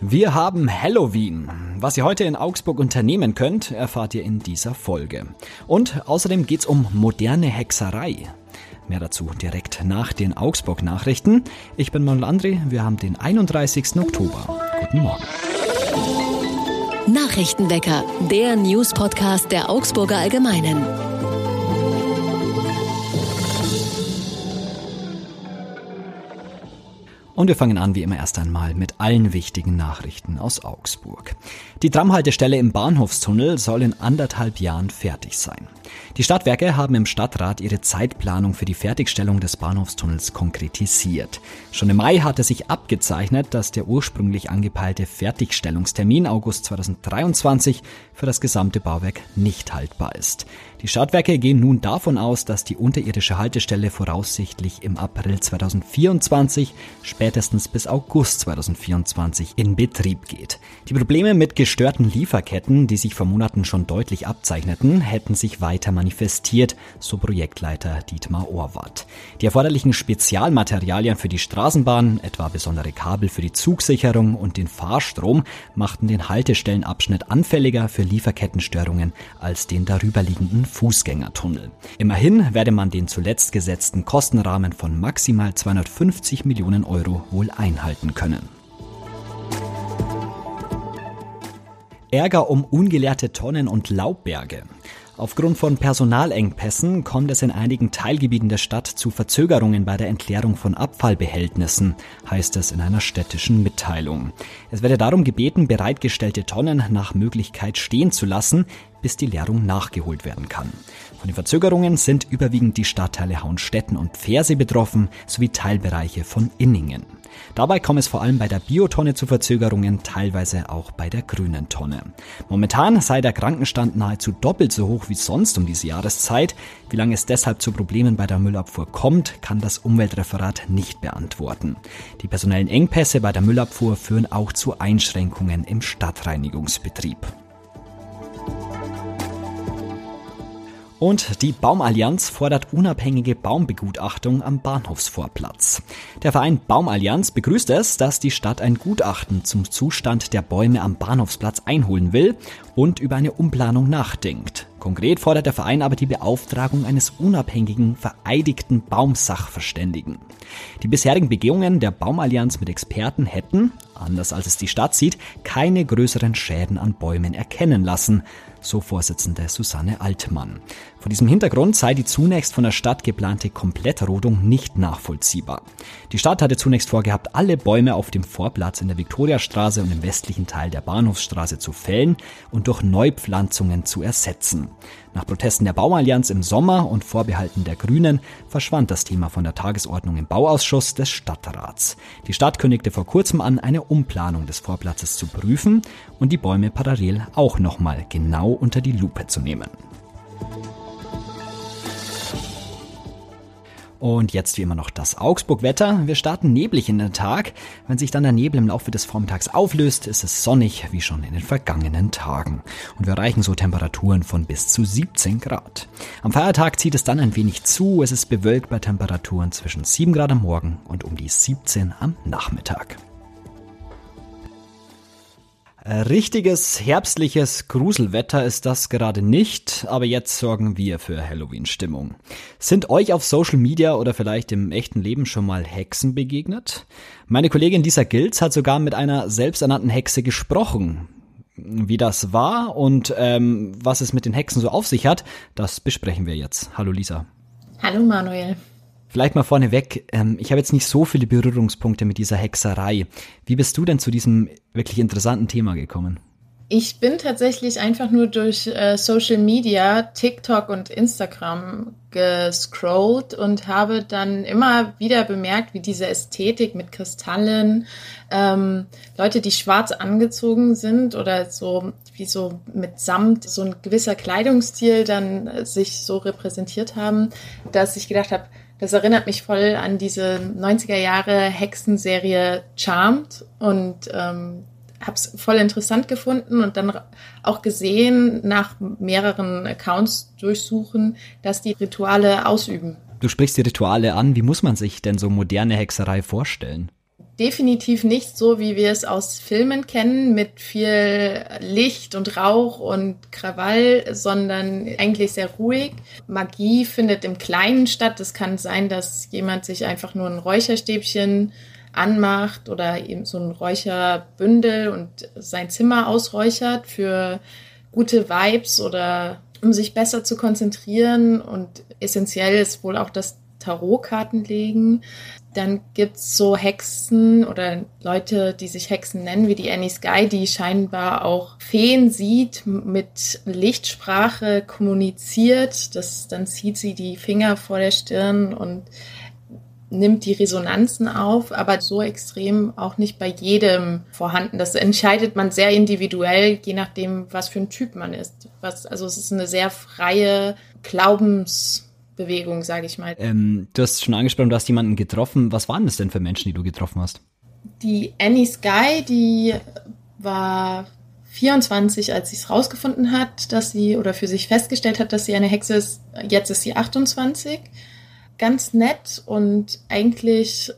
Wir haben Halloween. Was ihr heute in Augsburg unternehmen könnt, erfahrt ihr in dieser Folge. Und außerdem geht's um moderne Hexerei. Mehr dazu direkt nach den Augsburg-Nachrichten. Ich bin Manuel André, wir haben den 31. Oktober. Guten Morgen. Nachrichtenwecker, der News-Podcast der Augsburger Allgemeinen. Und wir fangen an wie immer erst einmal mit allen wichtigen Nachrichten aus Augsburg. Die Tramhaltestelle im Bahnhofstunnel soll in 1,5 Jahren fertig sein. Die Stadtwerke haben im Stadtrat ihre Zeitplanung für die Fertigstellung des Bahnhofstunnels konkretisiert. Schon im Mai hatte sich abgezeichnet, dass der ursprünglich angepeilte Fertigstellungstermin August 2023 für das gesamte Bauwerk nicht haltbar ist. Die Stadtwerke gehen nun davon aus, dass die unterirdische Haltestelle voraussichtlich im April 2024, spätestens bis August 2024 in Betrieb geht. Die Probleme mit gestörten Lieferketten, die sich vor Monaten schon deutlich abzeichneten, hätten sich weiter manifestiert, so Projektleiter Dietmar Orwart. Die erforderlichen Spezialmaterialien für die Straßenbahn, etwa besondere Kabel für die Zugsicherung und den Fahrstrom, machten den Haltestellenabschnitt anfälliger für Lieferkettenstörungen als den darüberliegenden Fußgängertunnel. Immerhin werde man den zuletzt gesetzten Kostenrahmen von maximal 250 Millionen Euro wohl einhalten können. Ärger um ungeleerte Tonnen und Laubberge. Aufgrund von Personalengpässen kommt es in einigen Teilgebieten der Stadt zu Verzögerungen bei der Entleerung von Abfallbehältnissen, heißt es in einer städtischen Mitteilung. Es werde darum gebeten, bereitgestellte Tonnen nach Möglichkeit stehen zu lassen, bis die Leerung nachgeholt werden kann. Von den Verzögerungen sind überwiegend die Stadtteile Hauenstetten und Pfersee betroffen, sowie Teilbereiche von Inningen. Dabei kommt es vor allem bei der Biotonne zu Verzögerungen, teilweise auch bei der grünen Tonne. Momentan sei der Krankenstand nahezu doppelt so hoch wie sonst um diese Jahreszeit. Wie lange es deshalb zu Problemen bei der Müllabfuhr kommt, kann das Umweltreferat nicht beantworten. Die personellen Engpässe bei der Müllabfuhr führen auch zu Einschränkungen im Stadtreinigungsbetrieb. Und die Baumallianz fordert unabhängige Baumbegutachtung am Bahnhofsvorplatz. Der Verein Baumallianz begrüßt es, dass die Stadt ein Gutachten zum Zustand der Bäume am Bahnhofsplatz einholen will und über eine Umplanung nachdenkt. Konkret fordert der Verein aber die Beauftragung eines unabhängigen, vereidigten Baumsachverständigen. Die bisherigen Begehungen der Baumallianz mit Experten hätten, anders als es die Stadt sieht, keine größeren Schäden an Bäumen erkennen lassen, so Vorsitzende Susanne Altmann. Vor diesem Hintergrund sei die zunächst von der Stadt geplante Komplettrodung nicht nachvollziehbar. Die Stadt hatte zunächst vorgehabt, alle Bäume auf dem Vorplatz in der Viktoriastraße und im westlichen Teil der Bahnhofsstraße zu fällen und durch Neupflanzungen zu ersetzen. Nach Protesten der Baumallianz im Sommer und Vorbehalten der Grünen verschwand das Thema von der Tagesordnung im Bauausschuss des Stadtrats. Die Stadt kündigte vor kurzem an, eine Umplanung des Vorplatzes zu prüfen und die Bäume parallel auch nochmal genau unter die Lupe zu nehmen. Und jetzt wie immer noch das Augsburg-Wetter. Wir starten neblig in den Tag. Wenn sich dann der Nebel im Laufe des Vormittags auflöst, ist es sonnig, wie schon in den vergangenen Tagen. Und wir erreichen so Temperaturen von bis zu 17 Grad. Am Feiertag zieht es dann ein wenig zu. Es ist bewölkt bei Temperaturen zwischen 7 Grad am Morgen und um die 17 am Nachmittag. Richtiges herbstliches Gruselwetter ist das gerade nicht, aber jetzt sorgen wir für Halloween-Stimmung. Sind euch auf Social Media oder vielleicht im echten Leben schon mal Hexen begegnet? Meine Kollegin Lisa Gilz hat sogar mit einer selbsternannten Hexe gesprochen. Wie das war und was es mit den Hexen so auf sich hat, das besprechen wir jetzt. Hallo Lisa. Hallo Manuel. Vielleicht mal vorneweg, ich habe jetzt nicht so viele Berührungspunkte mit dieser Hexerei. Wie bist du denn zu diesem wirklich interessanten Thema gekommen? Ich bin tatsächlich einfach nur durch Social Media, TikTok und Instagram gescrollt und habe dann immer wieder bemerkt, wie diese Ästhetik mit Kristallen, Leute, die schwarz angezogen sind oder so wie so mit Samt, so ein gewisser Kleidungsstil dann sich so repräsentiert haben, dass ich gedacht habe, das erinnert mich voll an diese 90er Jahre Hexenserie Charmed und habe es voll interessant gefunden und dann auch gesehen, nach mehreren Accounts durchsuchen, dass die Rituale ausüben. Du sprichst die Rituale an. Wie muss man sich denn so moderne Hexerei vorstellen? definitiv nicht so, wie wir es aus Filmen kennen, mit viel Licht und Rauch und Krawall, sondern eigentlich sehr ruhig. Magie findet im Kleinen statt. Es kann sein, dass jemand sich einfach nur ein Räucherstäbchen anmacht oder eben so ein Räucherbündel und sein Zimmer ausräuchert für gute Vibes oder um sich besser zu konzentrieren. Und essentiell ist wohl auch das Tarotkartenlegen. Dann gibt's so Hexen oder Leute, die sich Hexen nennen, wie die Annie Skye, die scheinbar auch Feen sieht, mit Lichtsprache kommuniziert. Dann zieht sie die Finger vor der Stirn und nimmt die Resonanzen auf, aber so extrem auch nicht bei jedem vorhanden. Das entscheidet man sehr individuell, je nachdem, was für ein Typ man ist. Also es ist eine sehr freie Glaubensbewegung, sage ich mal. Du hast schon angesprochen, du hast jemanden getroffen. Was waren das denn für Menschen, die du getroffen hast? Die Annie Skye, die war 24, als sie es rausgefunden hat, dass sie oder für sich festgestellt hat, dass sie eine Hexe ist. Jetzt ist sie 28. Ganz nett und eigentlich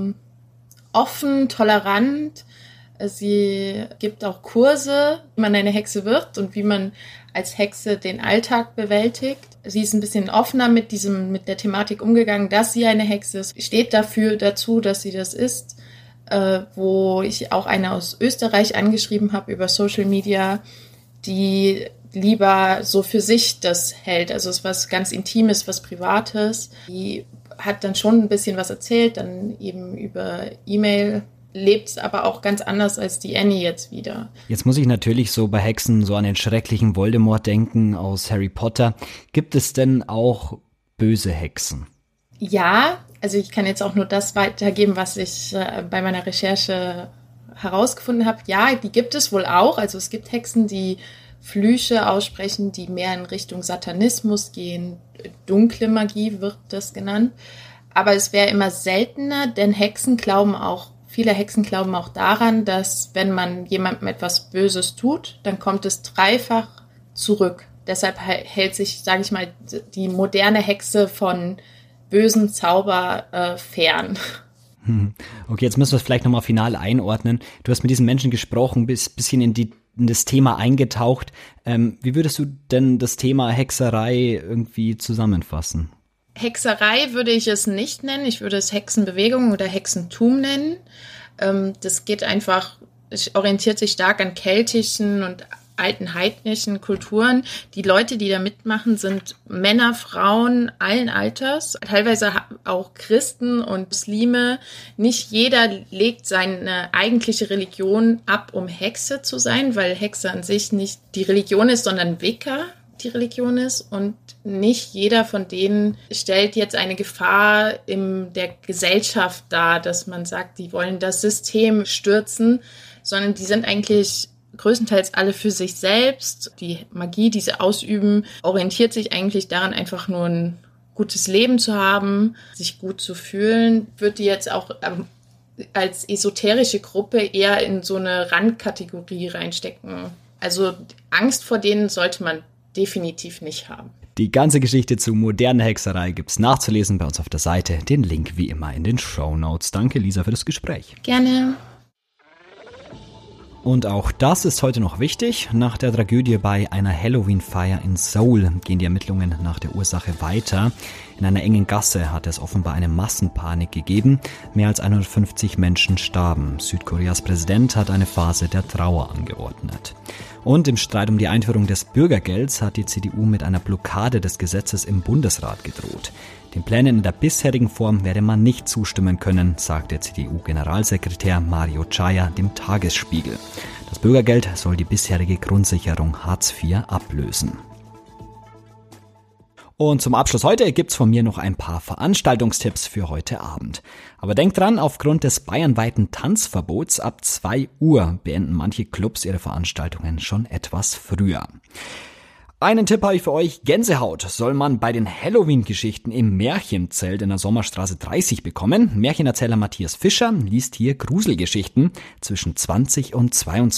offen, tolerant. Sie gibt auch Kurse, wie man eine Hexe wird und wie man als Hexe den Alltag bewältigt. Sie ist ein bisschen offener mit der Thematik umgegangen, dass sie eine Hexe ist. Steht dazu, dass sie das ist. Wo ich auch eine aus Österreich angeschrieben habe über Social Media, die lieber so für sich das hält. Also es ist was ganz Intimes, was Privates. Die hat dann schon ein bisschen was erzählt, dann eben über E-Mail, lebt es aber auch ganz anders als die Annie jetzt wieder. Jetzt muss ich natürlich so bei Hexen so an den schrecklichen Voldemort denken aus Harry Potter. Gibt es denn auch böse Hexen? Ja, also ich kann jetzt auch nur das weitergeben, was ich bei meiner Recherche herausgefunden habe. Ja, die gibt es wohl auch. Also es gibt Hexen, die Flüche aussprechen, die mehr in Richtung Satanismus gehen. Dunkle Magie wird das genannt. Aber es wäre immer seltener, denn viele Hexen glauben auch daran, dass wenn man jemandem etwas Böses tut, dann kommt es dreifach zurück. Deshalb hält sich, sage ich mal, die moderne Hexe von bösen Zauber fern. Okay, jetzt müssen wir es vielleicht nochmal final einordnen. Du hast mit diesen Menschen gesprochen, bist ein bisschen in das Thema eingetaucht. Wie würdest du denn das Thema Hexerei irgendwie zusammenfassen? Hexerei würde ich es nicht nennen. Ich würde es Hexenbewegung oder Hexentum nennen. Es orientiert sich stark an keltischen und alten heidnischen Kulturen. Die Leute, die da mitmachen, sind Männer, Frauen allen Alters, teilweise auch Christen und Muslime. Nicht jeder legt seine eigentliche Religion ab, um Hexe zu sein, weil Hexe an sich nicht die Religion ist, sondern Wicca die Religion ist. Und nicht jeder von denen stellt jetzt eine Gefahr in der Gesellschaft dar, dass man sagt, die wollen das System stürzen, sondern die sind eigentlich größtenteils alle für sich selbst. Die Magie, die sie ausüben, orientiert sich eigentlich daran, einfach nur ein gutes Leben zu haben, sich gut zu fühlen. Wird die jetzt auch als esoterische Gruppe eher in so eine Randkategorie reinstecken. Also Angst vor denen sollte man definitiv nicht haben. Die ganze Geschichte zu moderner Hexerei gibt's nachzulesen bei uns auf der Seite. Den Link wie immer in den Shownotes. Danke, Lisa, für das Gespräch. Gerne. Und auch das ist heute noch wichtig. Nach der Tragödie bei einer Halloween-Feier in Seoul gehen die Ermittlungen nach der Ursache weiter. In einer engen Gasse hat es offenbar eine Massenpanik gegeben. Mehr als 150 Menschen starben. Südkoreas Präsident hat eine Phase der Trauer angeordnet. Und im Streit um die Einführung des Bürgergelds hat die CDU mit einer Blockade des Gesetzes im Bundesrat gedroht. Den Plänen in der bisherigen Form werde man nicht zustimmen können, sagt der CDU-Generalsekretär Mario Chaya dem Tagesspiegel. Das Bürgergeld soll die bisherige Grundsicherung Hartz IV ablösen. Und zum Abschluss heute gibt's von mir noch ein paar Veranstaltungstipps für heute Abend. Aber denkt dran, aufgrund des bayernweiten Tanzverbots ab 2 Uhr beenden manche Clubs ihre Veranstaltungen schon etwas früher. Einen Tipp habe ich für euch. Gänsehaut soll man bei den Halloween-Geschichten im Märchenzelt in der Sommerstraße 30 bekommen. Märchenerzähler Matthias Fischer liest hier Gruselgeschichten zwischen 20 und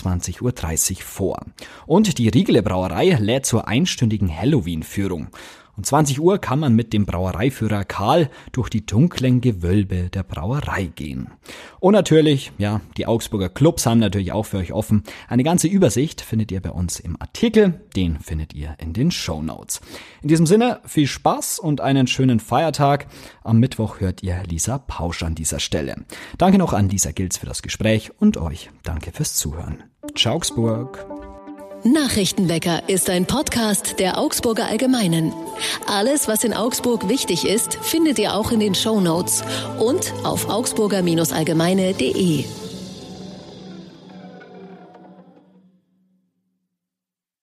22.30 Uhr vor. Und die Riegele Brauerei lädt zur einstündigen Halloween-Führung. Um 20 Uhr kann man mit dem Brauereiführer Karl durch die dunklen Gewölbe der Brauerei gehen. Und natürlich, ja, die Augsburger Clubs haben natürlich auch für euch offen. Eine ganze Übersicht findet ihr bei uns im Artikel, den findet ihr in den Shownotes. In diesem Sinne, viel Spaß und einen schönen Feiertag. Am Mittwoch hört ihr Lisa Pausch an dieser Stelle. Danke noch an Lisa Gilz für das Gespräch und euch danke fürs Zuhören. Ciao Augsburg. Nachrichtenwecker ist ein Podcast der Augsburger Allgemeinen. Alles, was in Augsburg wichtig ist, findet ihr auch in den Shownotes und auf augsburger-allgemeine.de.